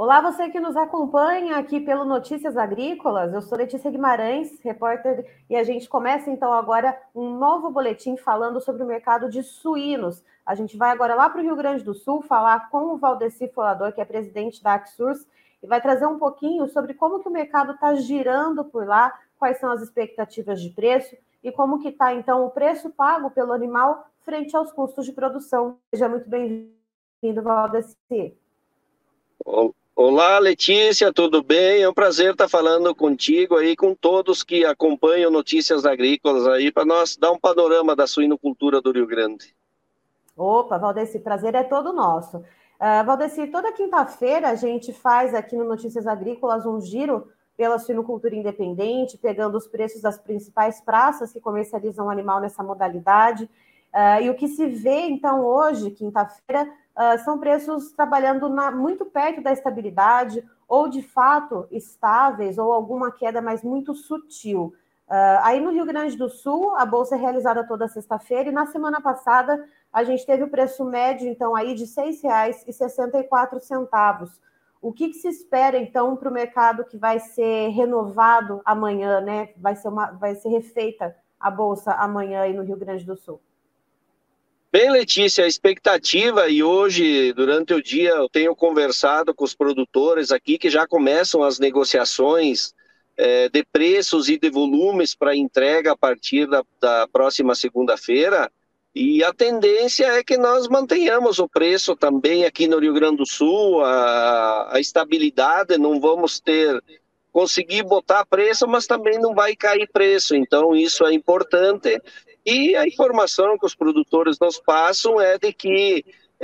Olá, você que nos acompanha aqui pelo Notícias Agrícolas. Eu sou Letícia Guimarães, repórter, e a gente começa então agora um novo boletim falando sobre o mercado de suínos. A gente vai agora lá para o Rio Grande do Sul falar com o Valdeci Folador, que é presidente da Axurs, e vai trazer um pouquinho sobre como que o mercado está girando por lá, quais são as expectativas de preço e como que está então o preço pago pelo animal frente aos custos de produção. Seja muito bem-vindo, Valdeci. Olá, Letícia, tudo bem? É um prazer estar falando contigo aí, com todos que acompanham Notícias Agrícolas aí, para nós dar um panorama da suinocultura do Rio Grande. Opa, Valdeci, prazer é todo nosso. Valdeci, toda quinta-feira a gente faz aqui no Notícias Agrícolas um giro pela suinocultura independente, pegando os preços das principais praças que comercializam animal nessa modalidade. E o que se vê, então, hoje, quinta-feira, são preços trabalhando muito perto da estabilidade, ou de fato estáveis, ou alguma queda, mas muito sutil. Aí no Rio Grande do Sul, a bolsa é realizada toda sexta-feira, e na semana passada a gente teve o preço médio, então, aí de R$ 6,64. O que se espera, então, para o mercado que vai ser renovado amanhã, né? Vai ser refeita a bolsa amanhã aí no Rio Grande do Sul? Bem, Letícia, a expectativa, e hoje, durante o dia, eu tenho conversado com os produtores aqui que já começam as negociações de preços e de volumes para entrega a partir da próxima segunda-feira, e a tendência é que nós mantenhamos o preço também aqui no Rio Grande do Sul, a estabilidade, não vamos conseguir botar preço, mas também não vai cair preço, então isso é importante. E a informação que os produtores nos passam é de que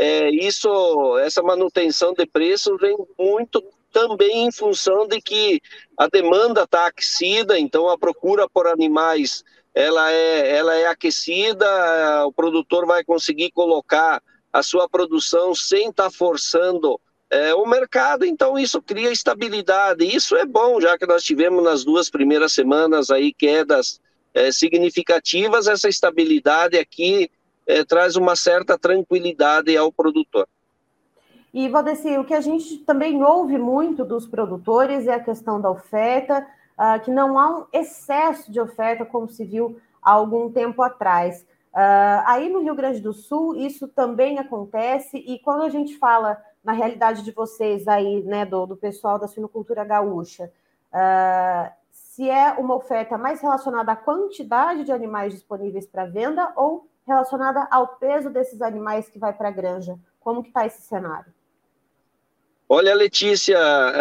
essa manutenção de preço vem muito também em função de que a demanda está aquecida, então a procura por animais ela é aquecida, o produtor vai conseguir colocar a sua produção sem estar forçando o mercado, então isso cria estabilidade. Isso é bom, já que nós tivemos nas 2 primeiras semanas aí quedas significativas, essa estabilidade aqui traz uma certa tranquilidade ao produtor. E, Valdeci, o que a gente também ouve muito dos produtores é a questão da oferta, que não há um excesso de oferta, como se viu há algum tempo atrás. Aí no Rio Grande do Sul, isso também acontece, e quando a gente fala na realidade de vocês aí, né, do pessoal da suinocultura gaúcha, se é uma oferta mais relacionada à quantidade de animais disponíveis para venda ou relacionada ao peso desses animais que vai para a granja? Como que está esse cenário? Olha, Letícia,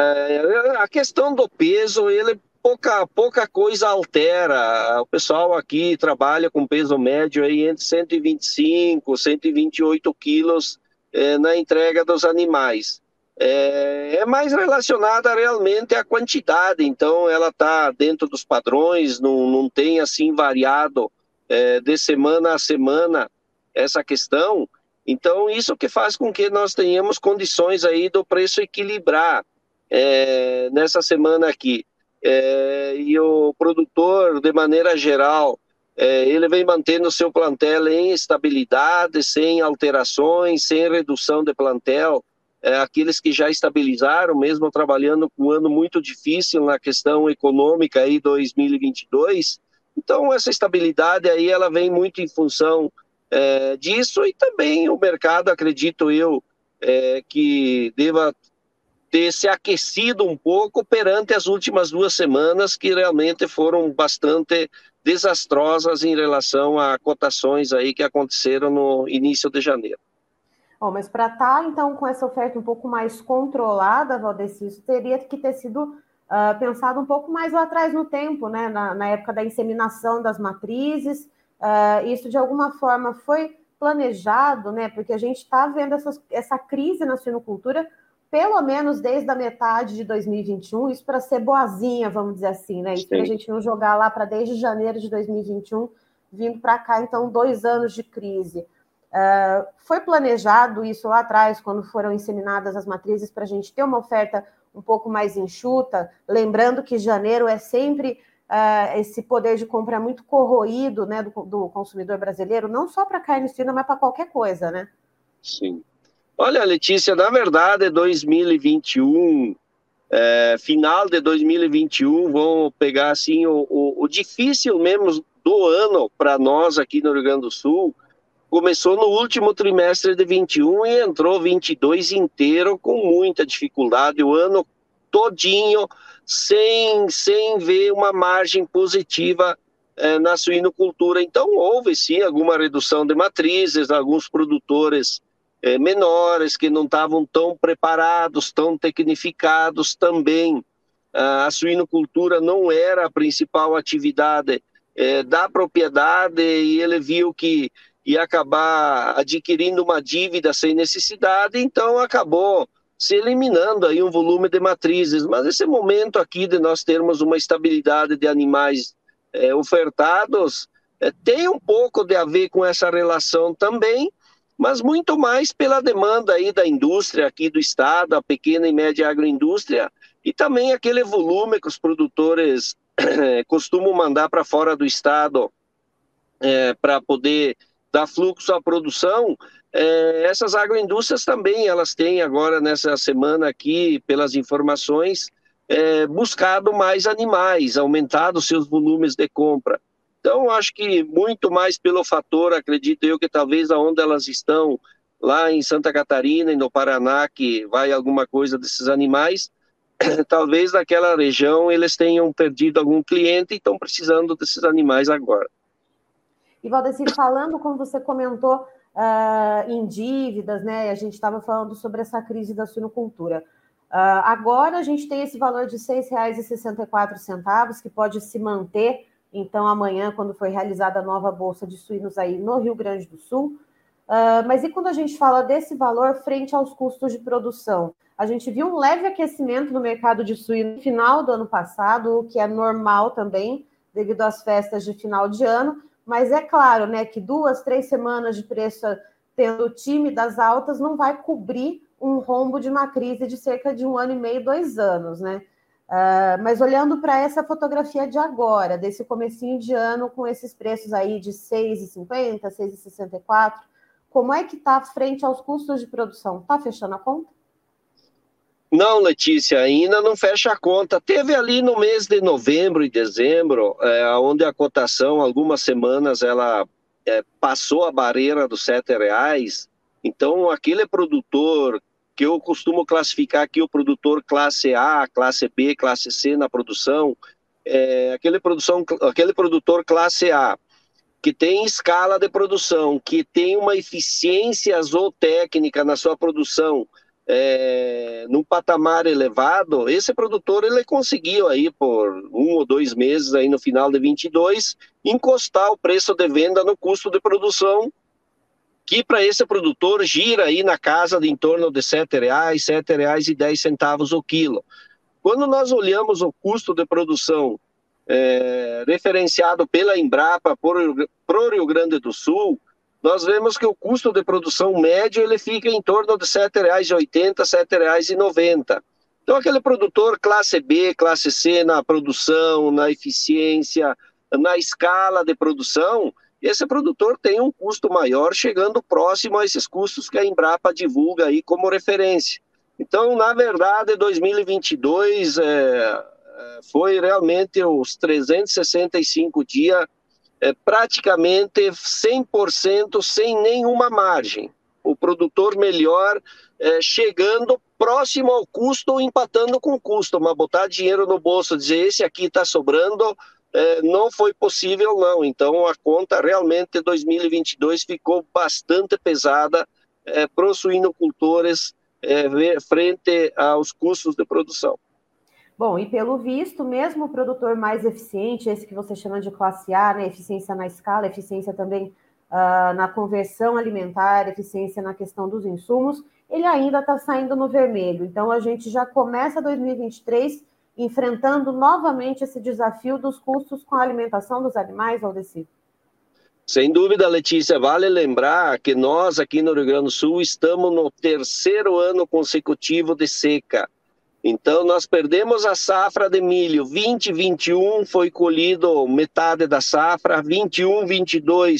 a questão do peso, ele pouca coisa altera. O pessoal aqui trabalha com peso médio aí entre 125 e 128 quilos na entrega dos animais. É mais relacionada realmente à quantidade, então ela está dentro dos padrões, não tem assim variado de semana a semana essa questão. Então, isso que faz com que nós tenhamos condições aí do preço equilibrar nessa semana aqui. E o produtor, de maneira geral, ele vem mantendo o seu plantel em estabilidade, sem alterações, sem redução de plantel. Aqueles que já estabilizaram, mesmo trabalhando com um ano muito difícil na questão econômica aí 2022. Então, essa estabilidade aí, ela vem muito em função disso, e também o mercado, acredito eu, que deva ter se aquecido um pouco perante as últimas 2 semanas, que realmente foram bastante desastrosas em relação a cotações aí que aconteceram no início de janeiro. Bom, mas para estar, então, com essa oferta um pouco mais controlada, Valdeci, isso teria que ter sido pensado um pouco mais lá atrás no tempo, né? Na época da inseminação das matrizes. Isso, de alguma forma, foi planejado, né? Porque a gente está vendo essa crise na suinocultura, pelo menos desde a metade de 2021, isso para ser boazinha, vamos dizer assim, né? Isso para a gente não jogar lá para desde janeiro de 2021, vindo para cá, então, 2 anos de crise. Foi planejado isso lá atrás, quando foram inseminadas as matrizes, para a gente ter uma oferta um pouco mais enxuta, lembrando que janeiro é sempre esse poder de compra muito corroído, né, do consumidor brasileiro, não só para carne suína, mas para qualquer coisa, né? Sim. Olha, Letícia, na verdade, 2021, final de 2021, vamos pegar assim o difícil mesmo do ano para nós aqui no Rio Grande do Sul. Começou no último trimestre de 21 e entrou 22 inteiro com muita dificuldade, o ano todinho sem ver uma margem positiva na suinocultura. Então houve sim alguma redução de matrizes, alguns produtores menores que não estavam tão preparados, tão tecnificados também. A suinocultura não era a principal atividade da propriedade e ele viu que ia acabar adquirindo uma dívida sem necessidade, então acabou se eliminando aí um volume de matrizes. Mas esse momento aqui de nós termos uma estabilidade de animais ofertados tem um pouco de a ver com essa relação também, mas muito mais pela demanda aí da indústria aqui do estado, a pequena e média agroindústria, e também aquele volume que os produtores costumam mandar para fora do estado para poder dar fluxo à produção. Essas agroindústrias também, elas têm agora nessa semana aqui, pelas informações, buscado mais animais, aumentado seus volumes de compra. Então, acho que muito mais pelo fator, acredito eu, que talvez aonde elas estão, lá em Santa Catarina e no Paraná, que vai alguma coisa desses animais, talvez naquela região eles tenham perdido algum cliente e estão precisando desses animais agora. E, Valdecir, falando, como você comentou, em dívidas, né? A gente estava falando sobre essa crise da suinocultura. Agora a gente tem esse valor de R$ 6,64, que pode se manter, então, amanhã, quando for realizada a nova Bolsa de Suínos aí no Rio Grande do Sul. Mas e quando a gente fala desse valor frente aos custos de produção? A gente viu um leve aquecimento no mercado de suíno no final do ano passado, o que é normal também, devido às festas de final de ano, mas é claro, né, que 2, 3 semanas de preço tendo o time das altas não vai cobrir um rombo de uma crise de cerca de 1 ano e meio, 2 anos, né? Mas olhando para essa fotografia de agora, desse comecinho de ano, com esses preços aí de R$ 6,50, R$ 6,64, como é que está frente aos custos de produção? Está fechando a conta? Não, Letícia, ainda não fecha a conta. Teve ali no mês de novembro e dezembro, onde a cotação, algumas semanas, ela passou a barreira dos R$ 7. Então, aquele produtor que eu costumo classificar aqui, o produtor classe A, classe B, classe C na produção, aquele produtor classe A, que tem escala de produção, que tem uma eficiência zootécnica na sua produção, num patamar elevado, esse produtor ele conseguiu aí por 1 ou 2 meses aí no final de 22 encostar o preço de venda no custo de produção, que para esse produtor gira aí na casa de em torno de R$ 7,00, R$ 7,10 o quilo. Quando nós olhamos o custo de produção referenciado pela Embrapa para o Rio Grande do Sul, nós vemos que o custo de produção médio ele fica em torno de R$ 7,80, R$ 7,90. Então, aquele produtor classe B, classe C na produção, na eficiência, na escala de produção, esse produtor tem um custo maior, chegando próximo a esses custos que a Embrapa divulga aí como referência. Então, na verdade, 2022 foi realmente os 365 dias praticamente 100% sem nenhuma margem. O produtor melhor chegando próximo ao custo ou empatando com o custo, mas botar dinheiro no bolso, dizer esse aqui está sobrando, não foi possível não. Então a conta realmente de 2022 ficou bastante pesada para os suinocultores frente aos custos de produção. Bom, e pelo visto, mesmo o produtor mais eficiente, esse que você chama de classe A, né, eficiência na escala, eficiência também na conversão alimentar, eficiência na questão dos insumos, ele ainda está saindo no vermelho. Então, a gente já começa 2023 enfrentando novamente esse desafio dos custos com a alimentação dos animais, Valdecir. Sem dúvida, Letícia, vale lembrar que nós aqui no Rio Grande do Sul estamos no 3º ano consecutivo de seca. Então, nós perdemos a safra de milho. 2021 foi colhido metade da safra, 21, 22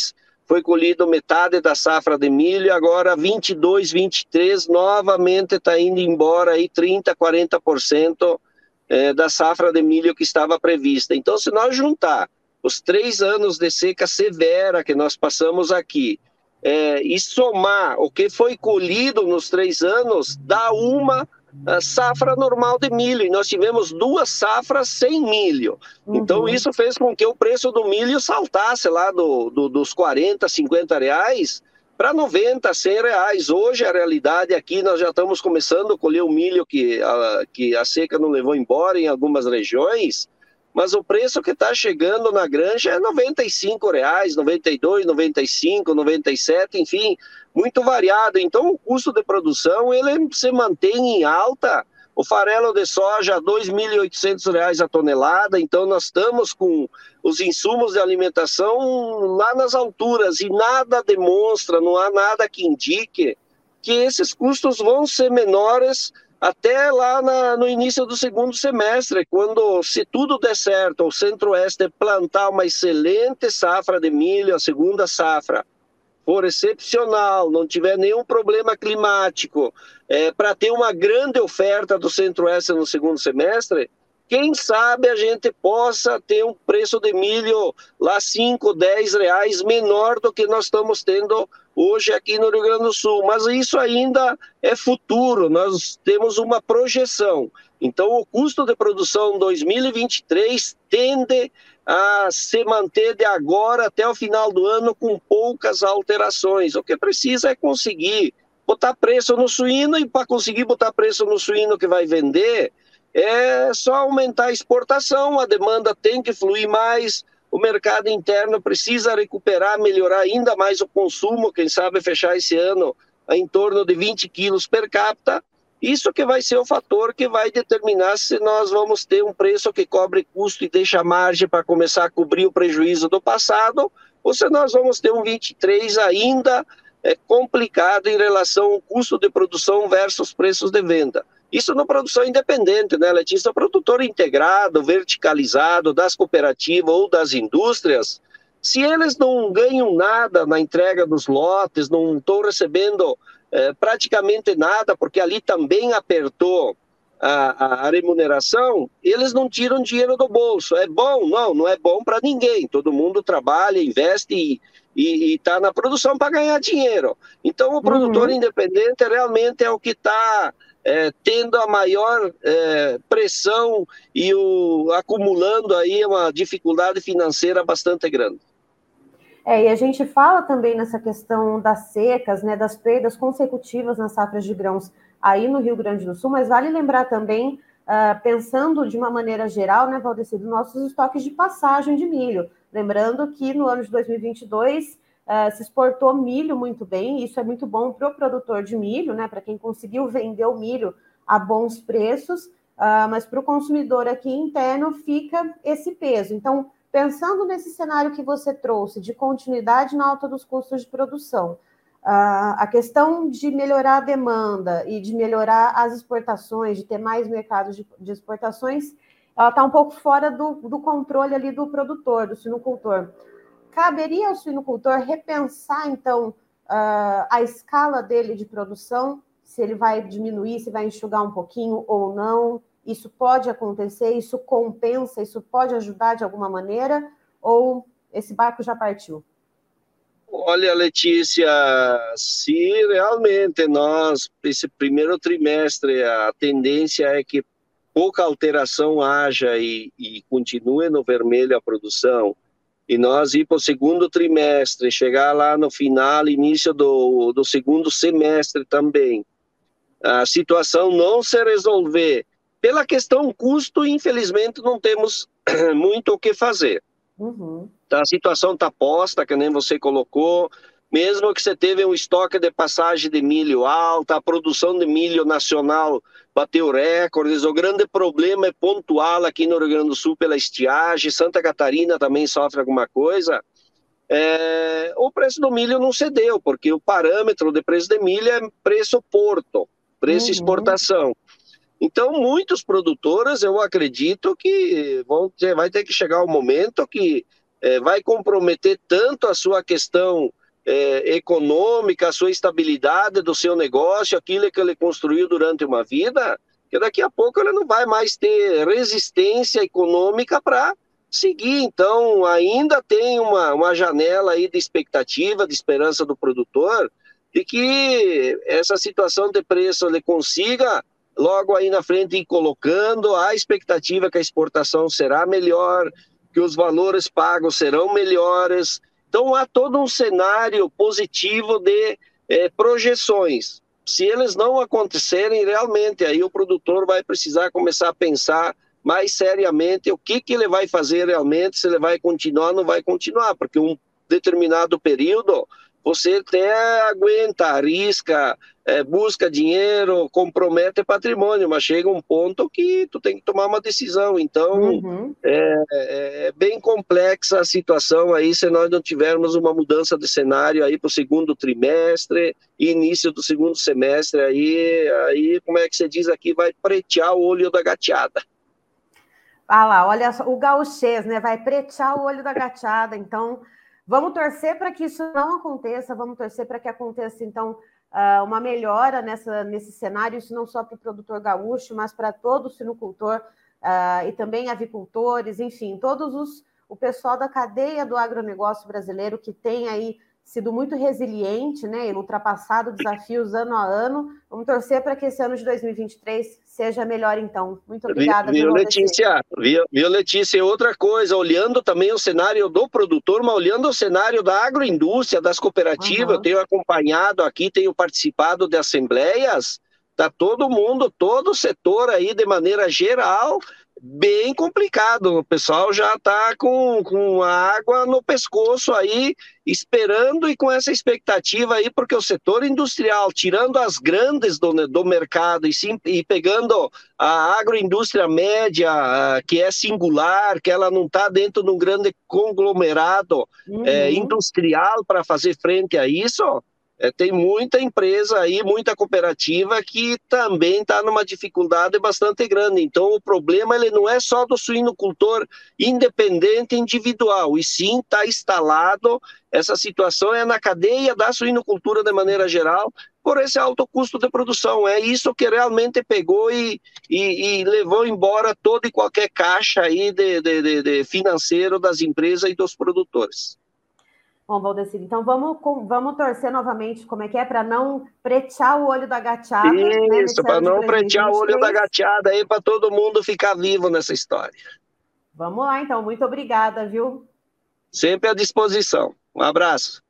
foi colhido metade da safra de milho, e agora 22, 23, novamente está indo embora aí 30, 40% da safra de milho que estava prevista. Então, se nós juntar os 3 anos de seca severa que nós passamos aqui, e somar o que foi colhido nos 3 anos, dá uma safra normal de milho. E nós tivemos 2 safras sem milho. Então, isso fez com que o preço do milho saltasse lá dos 40, 50 reais para 90, 100 reais. Hoje, a realidade aqui, nós já estamos começando a colher o milho que a seca não levou embora em algumas regiões, mas o preço que está chegando na granja é R$ 95, 92, 95, 97, enfim, muito variado. Então, o custo de produção ele se mantém em alta. O farelo de soja, R$ 2.800 a tonelada. Então, nós estamos com os insumos de alimentação lá nas alturas e nada demonstra, não há nada que indique que esses custos vão ser menores até lá no início do segundo semestre, quando, se tudo der certo, o Centro-Oeste plantar uma excelente safra de milho, a segunda safra for excepcional, não tiver nenhum problema climático, para ter uma grande oferta do Centro-Oeste no segundo semestre, quem sabe a gente possa ter um preço de milho lá 5, 10 reais menor do que nós estamos tendo hoje aqui no Rio Grande do Sul. Mas isso ainda é futuro, nós temos uma projeção. Então, o custo de produção 2023 tende a se manter de agora até o final do ano com poucas alterações. O que precisa é conseguir botar preço no suíno, e para conseguir botar preço no suíno que vai vender, é só aumentar a exportação, a demanda tem que fluir mais, o mercado interno precisa recuperar, melhorar ainda mais o consumo, quem sabe fechar esse ano em torno de 20 quilos per capita. Isso que vai ser o fator que vai determinar se nós vamos ter um preço que cobre custo e deixa margem para começar a cobrir o prejuízo do passado, ou se nós vamos ter um 23 ainda complicado em relação ao custo de produção versus preços de venda. Isso na produção independente, né, Letícia? O produtor integrado, verticalizado, das cooperativas ou das indústrias, se eles não ganham nada na entrega dos lotes, não estão recebendo praticamente nada, porque ali também apertou a remuneração, eles não tiram dinheiro do bolso. É bom? Não é bom para ninguém. Todo mundo trabalha, investe e está na produção para ganhar dinheiro. Então, o produtor independente realmente é o que está tendo a maior pressão e acumulando aí uma dificuldade financeira bastante grande. E a gente fala também nessa questão das secas, né, das perdas consecutivas nas safras de grãos aí no Rio Grande do Sul, mas vale lembrar também, pensando de uma maneira geral, né, Valdeci, dos nossos estoques de passagem de milho. Lembrando que no ano de 2022 se exportou milho muito bem, isso é muito bom para o produtor de milho, né, para quem conseguiu vender o milho a bons preços, mas para o consumidor aqui interno fica esse peso. Então, pensando nesse cenário que você trouxe, de continuidade na alta dos custos de produção, a questão de melhorar a demanda e de melhorar as exportações, de ter mais mercados de exportações, ela está um pouco fora do controle ali do produtor, do suinocultor. Caberia ao suinocultor repensar, então, a escala dele de produção, se ele vai diminuir, se vai enxugar um pouquinho ou não? Isso pode acontecer, isso compensa, isso pode ajudar de alguma maneira, ou esse barco já partiu? Olha, Letícia, se realmente esse primeiro trimestre, a tendência é que pouca alteração haja e continue no vermelho a produção, e nós ir para o segundo trimestre, chegar lá no final, início do segundo semestre também, a situação não se resolver pela questão custo, infelizmente não temos muito o que fazer. A situação está posta, que nem você colocou, mesmo que você teve um estoque de passagem de milho alta, a produção de milho nacional bateu recordes, o grande problema é pontual aqui no Rio Grande do Sul pela estiagem, Santa Catarina também sofre alguma coisa. O preço do milho não cedeu, porque o parâmetro de preço de milho é preço porto, preço exportação. Então, muitos produtores, eu acredito que vai ter que chegar o momento que vai comprometer tanto a sua questão econômica, a sua estabilidade do seu negócio, aquilo que ele construiu durante uma vida, que daqui a pouco ele não vai mais ter resistência econômica para seguir. Então, ainda tem uma janela aí de expectativa, de esperança do produtor, de que essa situação de preço ele consiga logo aí na frente ir colocando a expectativa que a exportação será melhor, que os valores pagos serão melhores. Então, há todo um cenário positivo de projeções. Se eles não acontecerem, realmente, aí o produtor vai precisar começar a pensar mais seriamente o que ele vai fazer realmente, se ele vai continuar ou não vai continuar, porque um determinado período você até aguenta, arrisca, busca dinheiro, compromete patrimônio, mas chega um ponto que tu tem que tomar uma decisão. Então, é bem complexa a situação aí se nós não tivermos uma mudança de cenário aí para o segundo trimestre, início do segundo semestre, aí, como é que você diz aqui, vai pretear o olho da gateada. Ah lá, olha só, o gauchês, né? Vai pretear o olho da gateada, então... Vamos torcer para que isso não aconteça, vamos torcer para que aconteça, então, uma melhora nesse cenário, isso não só para o produtor gaúcho, mas para todo o sinocultor e também avicultores, enfim, o pessoal da cadeia do agronegócio brasileiro que tem aí sido muito resiliente, né, e ultrapassado desafios ano a ano. Vamos torcer para que esse ano de 2023 seja melhor, então. Muito obrigada. Viu, Letícia, outra coisa, olhando também o cenário do produtor, mas olhando o cenário da agroindústria, das cooperativas, eu tenho acompanhado aqui, tenho participado de assembleias, está todo mundo, todo o setor aí, de maneira geral, bem complicado. O pessoal já está com a água no pescoço aí, esperando e com essa expectativa aí, porque o setor industrial, tirando as grandes do mercado e pegando a agroindústria média, que é singular, que ela não está dentro de um grande conglomerado industrial para fazer frente a isso, tem muita empresa aí, muita cooperativa que também está numa dificuldade bastante grande. Então, o problema ele não é só do suinocultor independente individual, e sim está instalado, essa situação é na cadeia da suinocultura de maneira geral, por esse alto custo de produção. É isso que realmente pegou e levou embora toda e qualquer caixa aí de financeiro das empresas e dos produtores. Bom, Valdecir, então vamos torcer novamente, como é que é, para não pretear o olho da gateada. Isso, para não pretear o olho da gateada aí, para todo mundo ficar vivo nessa história. Vamos lá, então. Muito obrigada, viu? Sempre à disposição. Um abraço.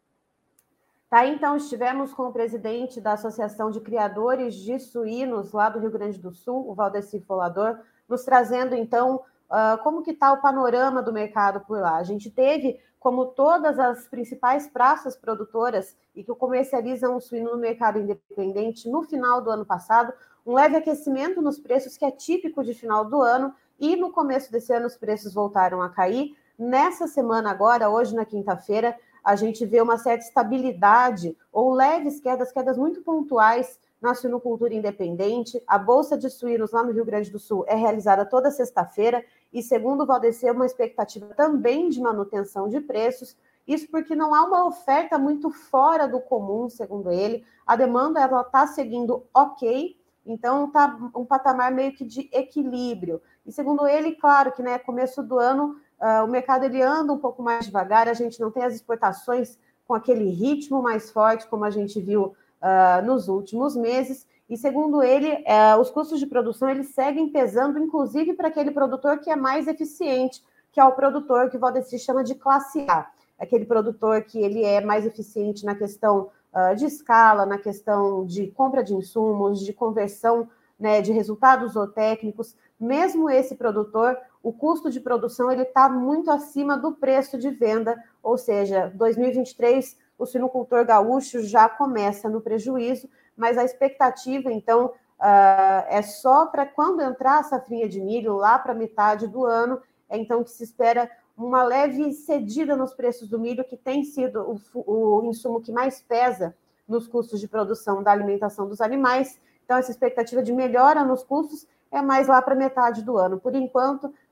Tá, então, estivemos com o presidente da Associação de Criadores de Suínos, lá do Rio Grande do Sul, o Valdecir Folador, nos trazendo, então, como que está o panorama do mercado por lá. A gente teve, como todas as principais praças produtoras e que comercializam o suíno no mercado independente, no final do ano passado, um leve aquecimento nos preços, que é típico de final do ano, e no começo desse ano os preços voltaram a cair. Nessa semana agora, hoje na quinta-feira, a gente vê uma certa estabilidade ou leves quedas muito pontuais na suinocultura independente. A Bolsa de Suínos lá no Rio Grande do Sul é realizada toda sexta-feira e, segundo o Valdecir, uma expectativa também de manutenção de preços. Isso porque não há uma oferta muito fora do comum, segundo ele. A demanda está seguindo ok, então está um patamar meio que de equilíbrio. E, segundo ele, claro que, né, começo do ano, o mercado ele anda um pouco mais devagar, a gente não tem as exportações com aquele ritmo mais forte, como a gente viu nos últimos meses. E, segundo ele, os custos de produção eles seguem pesando, inclusive para aquele produtor que é mais eficiente, que é o produtor que o Valdecir chama de classe A. Aquele produtor que ele é mais eficiente na questão de escala, na questão de compra de insumos, de conversão, né, de resultados zootécnicos. Mesmo esse produtor, o custo de produção ele está muito acima do preço de venda, ou seja, 2023 o suinocultor gaúcho já começa no prejuízo, mas a expectativa, então, é só para quando entrar a safrinha de milho, lá para metade do ano, então que se espera uma leve cedida nos preços do milho, que tem sido o insumo que mais pesa nos custos de produção da alimentação dos animais. Então, essa expectativa de melhora nos custos é mais lá para metade do ano. Por enquanto,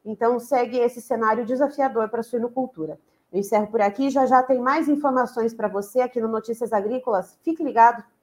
Então, segue esse cenário desafiador para a suinocultura. Eu encerro por aqui, já já tem mais informações para você aqui no Notícias Agrícolas. Fique ligado.